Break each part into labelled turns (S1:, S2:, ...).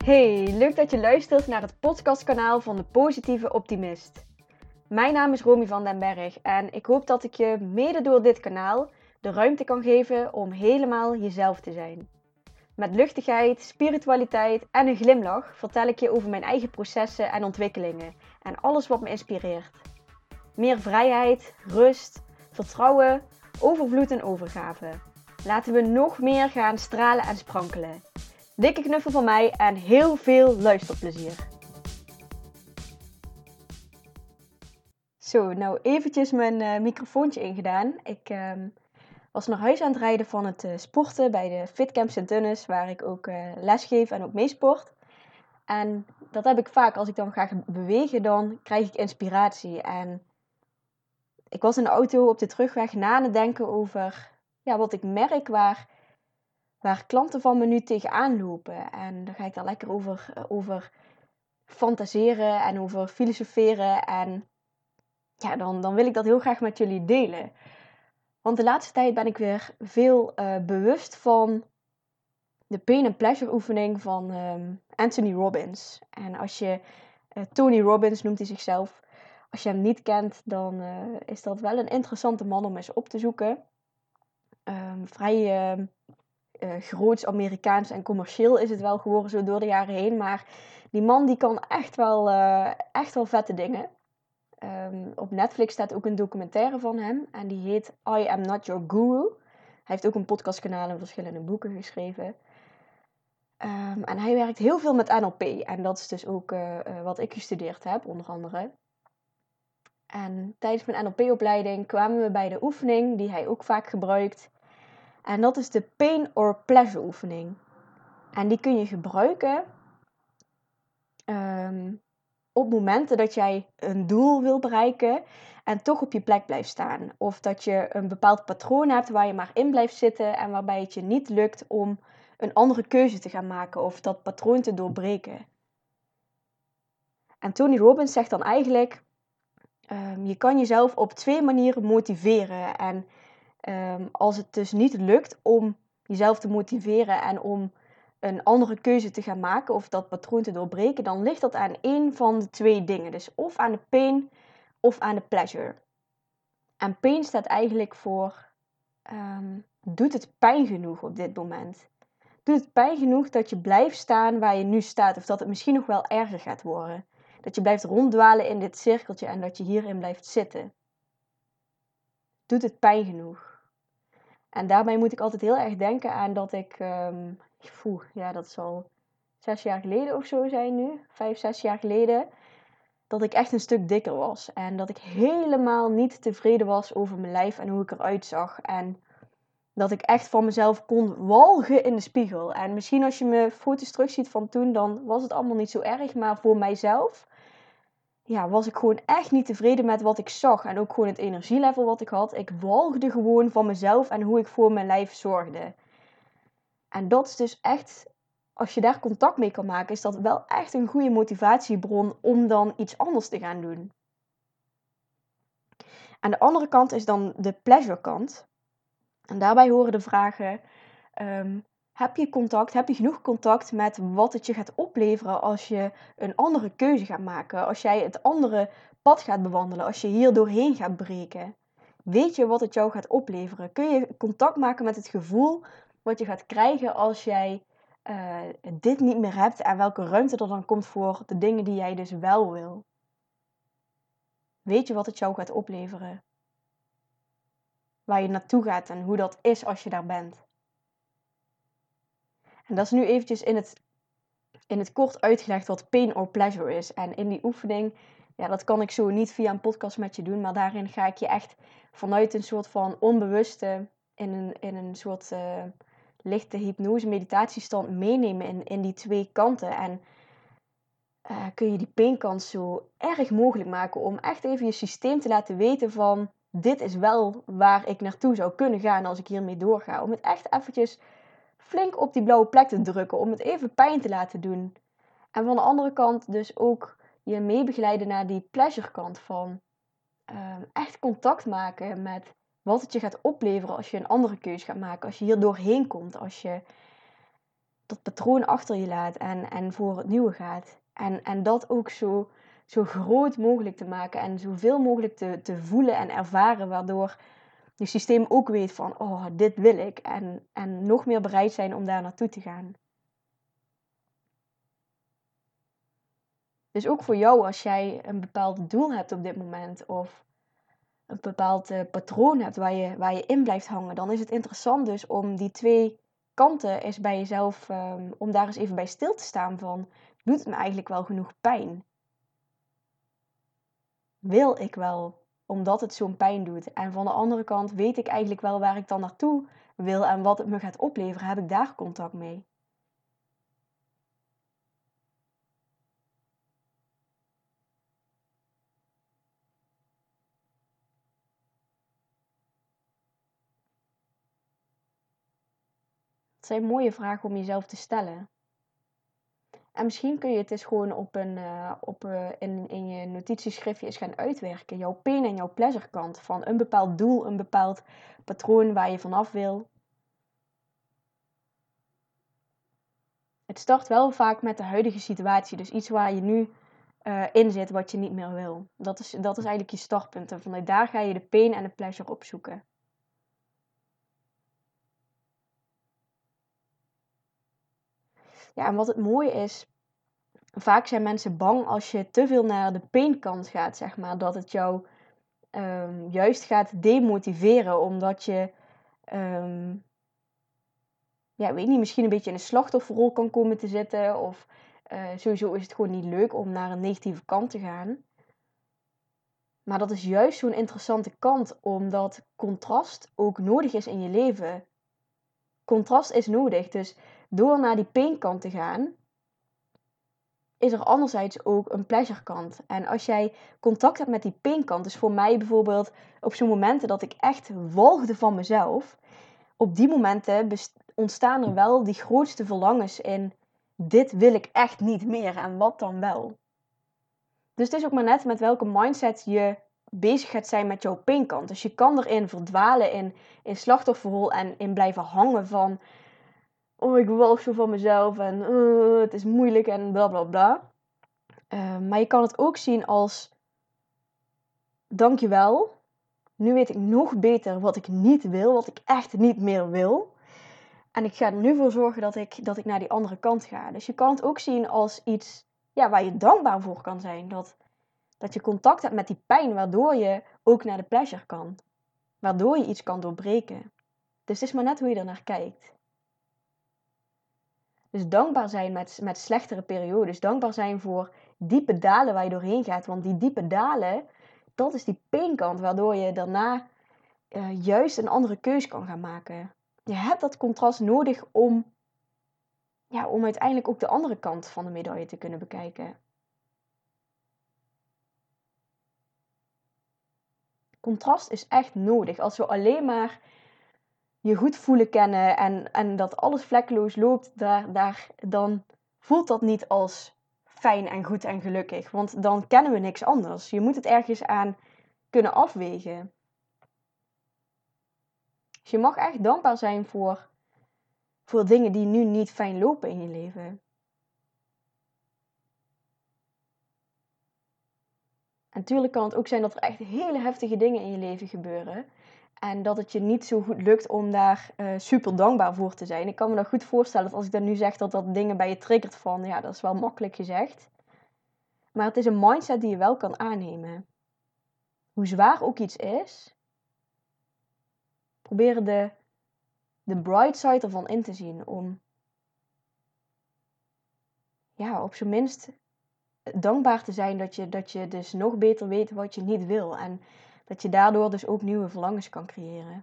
S1: Hey, leuk dat je luistert naar het podcastkanaal van de Positieve Optimist. Mijn naam is Romy van den Berg en ik hoop dat ik je mede door dit kanaal de ruimte kan geven om helemaal jezelf te zijn. Met luchtigheid, spiritualiteit en een glimlach vertel ik je over mijn eigen processen en ontwikkelingen en alles wat me inspireert. Meer vrijheid, rust, vertrouwen, overvloed en overgave. Laten we nog meer gaan stralen en sprankelen. Dikke knuffel van mij en heel veel luisterplezier. Zo, nou eventjes mijn microfoontje ingedaan. Ik was naar huis aan het rijden van het sporten bij de Fitcamp Sint-Dennis, waar ik ook les geef en ook meesport. En dat heb ik vaak, als ik dan ga bewegen, dan krijg ik inspiratie. En ik was in de auto op de terugweg na aan het denken over wat ik merk waar klanten van me nu tegenaan lopen. En dan ga ik daar lekker over fantaseren en over filosoferen. En ja, dan wil ik dat heel graag met jullie delen. Want de laatste tijd ben ik weer veel bewust van de pain and pleasure oefening van Anthony Robbins. En als je, Tony Robbins noemt hij zichzelf. Als je hem niet kent, dan is dat wel een interessante man om eens op te zoeken. Vrij groots Amerikaans en commercieel is het wel geworden zo door de jaren heen. Maar die man die kan echt wel vette dingen. Op Netflix staat ook een documentaire van hem. En die heet I Am Not Your Guru. Hij heeft ook een podcastkanaal en verschillende boeken geschreven. En hij werkt heel veel met NLP. En dat is dus ook wat ik gestudeerd heb, onder andere. En tijdens mijn NLP-opleiding kwamen we bij de oefening die hij ook vaak gebruikt. En dat is de pain or pleasure oefening. En die kun je gebruiken op momenten dat jij een doel wil bereiken en toch op je plek blijft staan. Of dat je een bepaald patroon hebt waar je maar in blijft zitten en waarbij het je niet lukt om een andere keuze te gaan maken of dat patroon te doorbreken. En Tony Robbins zegt dan eigenlijk, je kan jezelf op 2 manieren motiveren. En als het dus niet lukt om jezelf te motiveren en om een andere keuze te gaan maken of dat patroon te doorbreken, dan ligt dat aan 1 van de 2 dingen. Dus of aan de pain of aan de pleasure. En pain staat eigenlijk voor, doet het pijn genoeg op dit moment? Doet het pijn genoeg dat je blijft staan waar je nu staat of dat het misschien nog wel erger gaat worden? Dat je blijft ronddwalen in dit cirkeltje en dat je hierin blijft zitten. Doet het pijn genoeg? En daarbij moet ik altijd heel erg denken aan dat ik, dat zal 6 jaar geleden of zo zijn nu, 5, 6 jaar geleden, dat ik echt een stuk dikker was. En dat ik helemaal niet tevreden was over mijn lijf en hoe ik eruit zag. En dat ik echt van mezelf kon walgen in de spiegel. En misschien als je me foto's terugziet van toen, dan was het allemaal niet zo erg. Maar voor mijzelf was ik gewoon echt niet tevreden met wat ik zag. En ook gewoon het energielevel wat ik had. Ik walgde gewoon van mezelf en hoe ik voor mijn lijf zorgde. En dat is dus echt, als je daar contact mee kan maken, is dat wel echt een goede motivatiebron om dan iets anders te gaan doen. Aan de andere kant is dan de pleasure kant. En daarbij horen de vragen, heb je genoeg contact met wat het je gaat opleveren als je een andere keuze gaat maken? Als jij het andere pad gaat bewandelen, als je hier doorheen gaat breken? Weet je wat het jou gaat opleveren? Kun je contact maken met het gevoel wat je gaat krijgen als jij dit niet meer hebt en welke ruimte er dan komt voor de dingen die jij dus wel wil? Weet je wat het jou gaat opleveren? Waar je naartoe gaat en hoe dat is als je daar bent. En dat is nu eventjes in het kort uitgelegd wat pain or pleasure is. En in die oefening, dat kan ik zo niet via een podcast met je doen, maar daarin ga ik je echt vanuit een soort van onbewuste, in een soort lichte hypnose meditatiestand meenemen in die 2 kanten. En kun je die painkant zo erg mogelijk maken om echt even je systeem te laten weten van, dit is wel waar ik naartoe zou kunnen gaan als ik hiermee doorga. Om het echt eventjes flink op die blauwe plek te drukken, om het even pijn te laten doen. En van de andere kant dus ook je meebegeleiden naar die pleasure kant van echt contact maken met wat het je gaat opleveren als je een andere keuze gaat maken. Als je hier doorheen komt, als je dat patroon achter je laat en voor het nieuwe gaat. En dat ook zo groot mogelijk te maken en zoveel mogelijk te voelen en ervaren, waardoor je systeem ook weet van, oh, dit wil ik. En nog meer bereid zijn om daar naartoe te gaan. Dus ook voor jou, als jij een bepaald doel hebt op dit moment, of een bepaald patroon hebt waar je in blijft hangen, dan is het interessant dus om die twee kanten eens bij jezelf, om daar eens even bij stil te staan van, doet het me eigenlijk wel genoeg pijn? Wil ik wel, omdat het zo'n pijn doet? En van de andere kant, weet ik eigenlijk wel waar ik dan naartoe wil en wat het me gaat opleveren? Heb ik daar contact mee? Het zijn mooie vragen om jezelf te stellen. En misschien kun je het eens gewoon in je notitieschriftje eens gaan uitwerken. Jouw pain en jouw pleasure kant van een bepaald doel, een bepaald patroon waar je vanaf wil. Het start wel vaak met de huidige situatie. Dus iets waar je nu in zit wat je niet meer wil. Dat is eigenlijk je startpunt. En vanuit daar ga je de pain en de pleasure opzoeken. Ja, en wat het mooie is, vaak zijn mensen bang als je te veel naar de painkant gaat, zeg maar. Dat het jou juist gaat demotiveren, omdat je, ja, weet niet, misschien een beetje in een slachtofferrol kan komen te zitten. Of sowieso is het gewoon niet leuk om naar een negatieve kant te gaan. Maar dat is juist zo'n interessante kant, omdat contrast ook nodig is in je leven. Contrast is nodig, dus door naar die painkant te gaan, is er anderzijds ook een pleasure kant. En als jij contact hebt met die painkant, dus voor mij bijvoorbeeld op zo'n momenten dat ik echt walgde van mezelf, op die momenten ontstaan er wel die grootste verlangens in, dit wil ik echt niet meer en wat dan wel. Dus het is ook maar net met welke mindset je bezig gaat zijn met jouw painkant. Dus je kan erin verdwalen in slachtofferrol en in blijven hangen van, oh, ik walg zo van mezelf en het is moeilijk en bla bla bla. Maar je kan het ook zien als, dankjewel, nu weet ik nog beter wat ik niet wil, wat ik echt niet meer wil. En ik ga er nu voor zorgen dat ik naar die andere kant ga. Dus je kan het ook zien als iets, ja, waar je dankbaar voor kan zijn. Dat je contact hebt met die pijn, waardoor je ook naar de pleasure kan. Waardoor je iets kan doorbreken. Dus het is maar net hoe je er naar kijkt. Dus dankbaar zijn met slechtere periodes. Dankbaar zijn voor diepe dalen waar je doorheen gaat. Want die diepe dalen, dat is die painkant, waardoor je daarna juist een andere keus kan gaan maken. Je hebt dat contrast nodig om uiteindelijk ook de andere kant van de medaille te kunnen bekijken. Contrast is echt nodig. Als we alleen maar je goed voelen kennen en dat alles vlekkeloos loopt, dan voelt dat niet als fijn en goed en gelukkig. Want dan kennen we niks anders. Je moet het ergens aan kunnen afwegen. Dus je mag echt dankbaar zijn voor dingen die nu niet fijn lopen in je leven. En natuurlijk kan het ook zijn dat er echt hele heftige dingen in je leven gebeuren. En dat het je niet zo goed lukt om daar super dankbaar voor te zijn. Ik kan me dat goed voorstellen dat als ik dan nu zeg dat dingen bij je triggert van, ja, dat is wel makkelijk gezegd. Maar het is een mindset die je wel kan aannemen. Hoe zwaar ook iets is, probeer de bright side ervan in te zien. Om, ja, op zijn minst dankbaar te zijn dat je dus nog beter weet wat je niet wil. En dat je daardoor dus ook nieuwe verlangens kan creëren.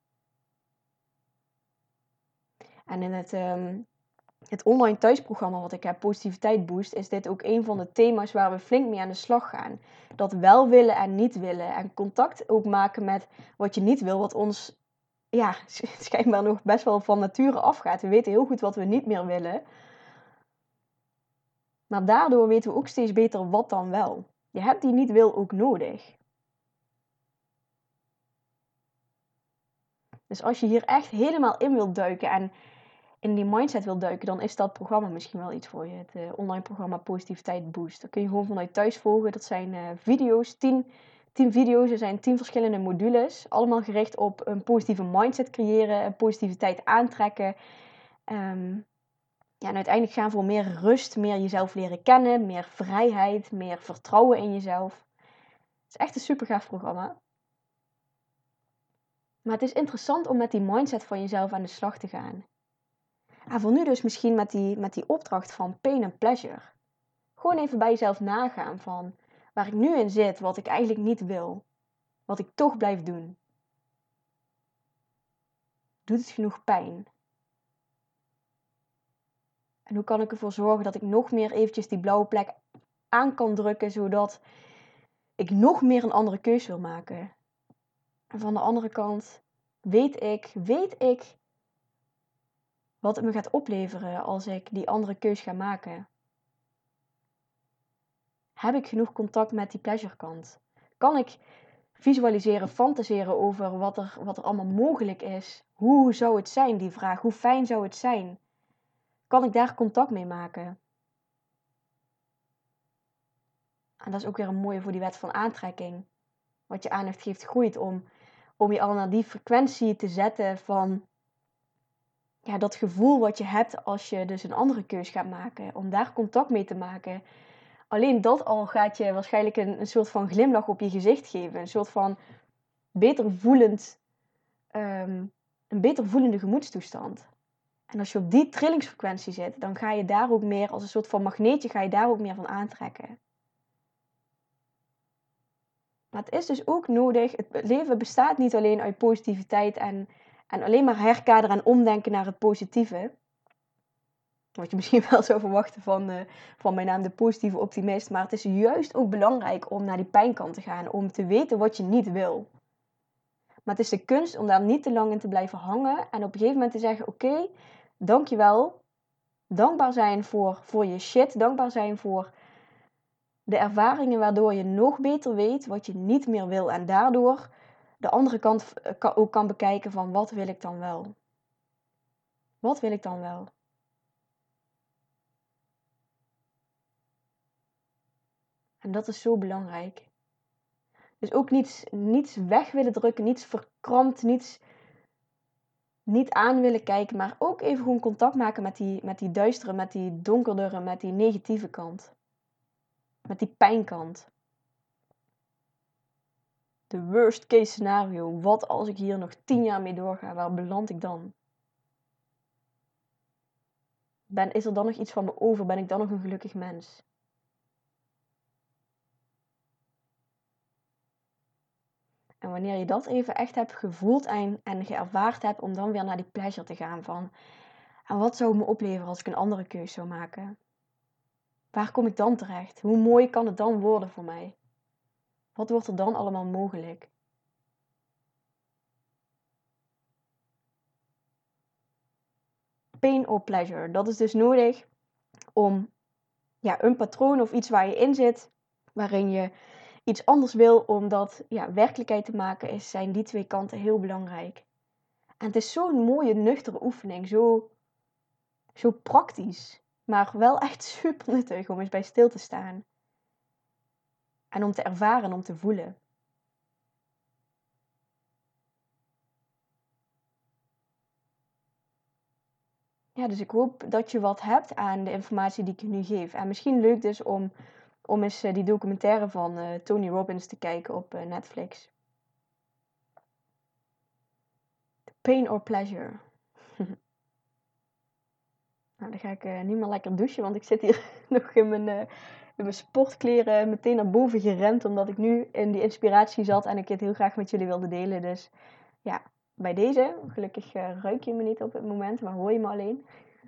S1: En in het online thuisprogramma wat ik heb, Positiviteit Boost, is dit ook een van de thema's waar we flink mee aan de slag gaan. Dat wel willen en niet willen. En contact ook maken met wat je niet wil, wat ons, ja, schijnbaar nog best wel van nature afgaat. We weten heel goed wat we niet meer willen. Maar daardoor weten we ook steeds beter wat dan wel. Je hebt die niet wil ook nodig. Dus als je hier echt helemaal in wilt duiken en in die mindset wil duiken, dan is dat programma misschien wel iets voor je. Het online programma Positiviteit Boost. Dat kun je gewoon vanuit thuis volgen. Dat zijn video's, 10 video's. Er zijn 10 verschillende modules. Allemaal gericht op een positieve mindset creëren, positiviteit aantrekken. En uiteindelijk gaan voor meer rust, meer jezelf leren kennen, meer vrijheid, meer vertrouwen in jezelf. Het is echt een super gaaf programma. Maar het is interessant om met die mindset van jezelf aan de slag te gaan. En voor nu dus misschien met die opdracht van pain en pleasure. Gewoon even bij jezelf nagaan van waar ik nu in zit, wat ik eigenlijk niet wil. Wat ik toch blijf doen. Doet het genoeg pijn? En hoe kan ik ervoor zorgen dat ik nog meer eventjes die blauwe plek aan kan drukken, zodat ik nog meer een andere keus wil maken. En van de andere kant weet ik wat het me gaat opleveren als ik die andere keus ga maken. Heb ik genoeg contact met die pleasure kant? Kan ik visualiseren, fantaseren over wat er allemaal mogelijk is? Hoe zou het zijn, die vraag? Hoe fijn zou het zijn? Kan ik daar contact mee maken? En dat is ook weer een mooie voor die wet van aantrekking. Wat je aandacht geeft groeit, om je al naar die frequentie te zetten van dat gevoel wat je hebt als je dus een andere keus gaat maken. Om daar contact mee te maken. Alleen dat al gaat je waarschijnlijk een soort van glimlach op je gezicht geven. Een soort van beter voelende gemoedstoestand. En als je op die trillingsfrequentie zit, dan ga je daar ook meer, als een soort van magneetje, ga je daar ook meer van aantrekken. Maar het is dus ook nodig, het leven bestaat niet alleen uit positiviteit en alleen maar herkaderen en omdenken naar het positieve. Wat je misschien wel zou verwachten van mijn naam, de positieve optimist. Maar het is juist ook belangrijk om naar die pijnkant te gaan, om te weten wat je niet wil. Maar het is de kunst om daar niet te lang in te blijven hangen en op een gegeven moment te zeggen, oké, dankjewel. Dankbaar zijn voor je shit, dankbaar zijn voor de ervaringen waardoor je nog beter weet wat je niet meer wil. En daardoor de andere kant ook kan bekijken van wat wil ik dan wel? Wat wil ik dan wel? En dat is zo belangrijk. Dus ook niets weg willen drukken, niets verkrampt, niet aan willen kijken. Maar ook even gewoon contact maken met die duistere, met die donkerdere, met die negatieve kant. Met die pijnkant. De worst case scenario. Wat als ik hier nog 10 jaar mee doorga? Waar beland ik dan? Is er dan nog iets van me over? Ben ik dan nog een gelukkig mens? En wanneer je dat even echt hebt gevoeld en geërvaard hebt, om dan weer naar die pleasure te gaan van, en wat zou het me opleveren als ik een andere keuze zou maken? Waar kom ik dan terecht? Hoe mooi kan het dan worden voor mij? Wat wordt er dan allemaal mogelijk? Pain or pleasure. Dat is dus nodig om een patroon of iets waar je in zit, waarin je iets anders wil om dat werkelijkheid te maken, zijn die twee kanten heel belangrijk. En het is zo'n mooie, nuchtere oefening. Zo praktisch. Maar wel echt super nuttig om eens bij stil te staan. En om te ervaren en om te voelen. Ja, dus ik hoop dat je wat hebt aan de informatie die ik je nu geef. En misschien leuk dus om eens die documentaire van Tony Robbins te kijken op Netflix. Pain or pleasure. Nou, dan ga ik nu maar lekker douchen, want ik zit hier nog in mijn sportkleren meteen naar boven gerend, omdat ik nu in die inspiratie zat en ik het heel graag met jullie wilde delen. Dus ja, bij deze, gelukkig ruik je me niet op het moment, maar hoor je me alleen.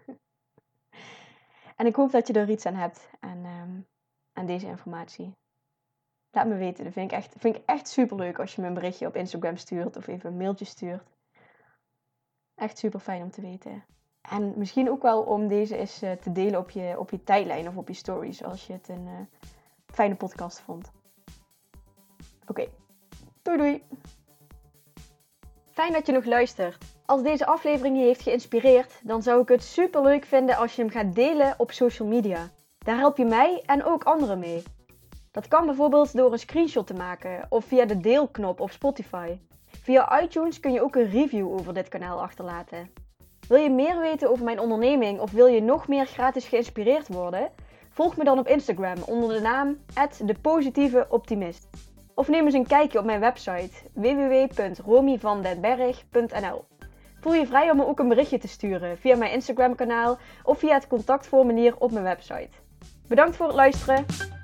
S1: En ik hoop dat je er iets aan hebt aan deze informatie. Laat me weten, dat vind ik echt super leuk als je me een berichtje op Instagram stuurt of even een mailtje stuurt. Echt super fijn om te weten. En misschien ook wel om deze eens te delen op je tijdlijn of op je stories, als je het een fijne podcast vond. Oké, doei doei! Fijn dat je nog luistert. Als deze aflevering je heeft geïnspireerd, dan zou ik het super leuk vinden als je hem gaat delen op social media. Daar help je mij en ook anderen mee. Dat kan bijvoorbeeld door een screenshot te maken of via de deelknop op Spotify. Via iTunes kun je ook een review over dit kanaal achterlaten. Wil je meer weten over mijn onderneming of wil je nog meer gratis geïnspireerd worden? Volg me dan op Instagram onder de naam @depositieveoptimist. Of neem eens een kijkje op mijn website www.romyvandenberg.nl. Voel je vrij om me ook een berichtje te sturen via mijn Instagram kanaal of via het contactformulier op mijn website. Bedankt voor het luisteren!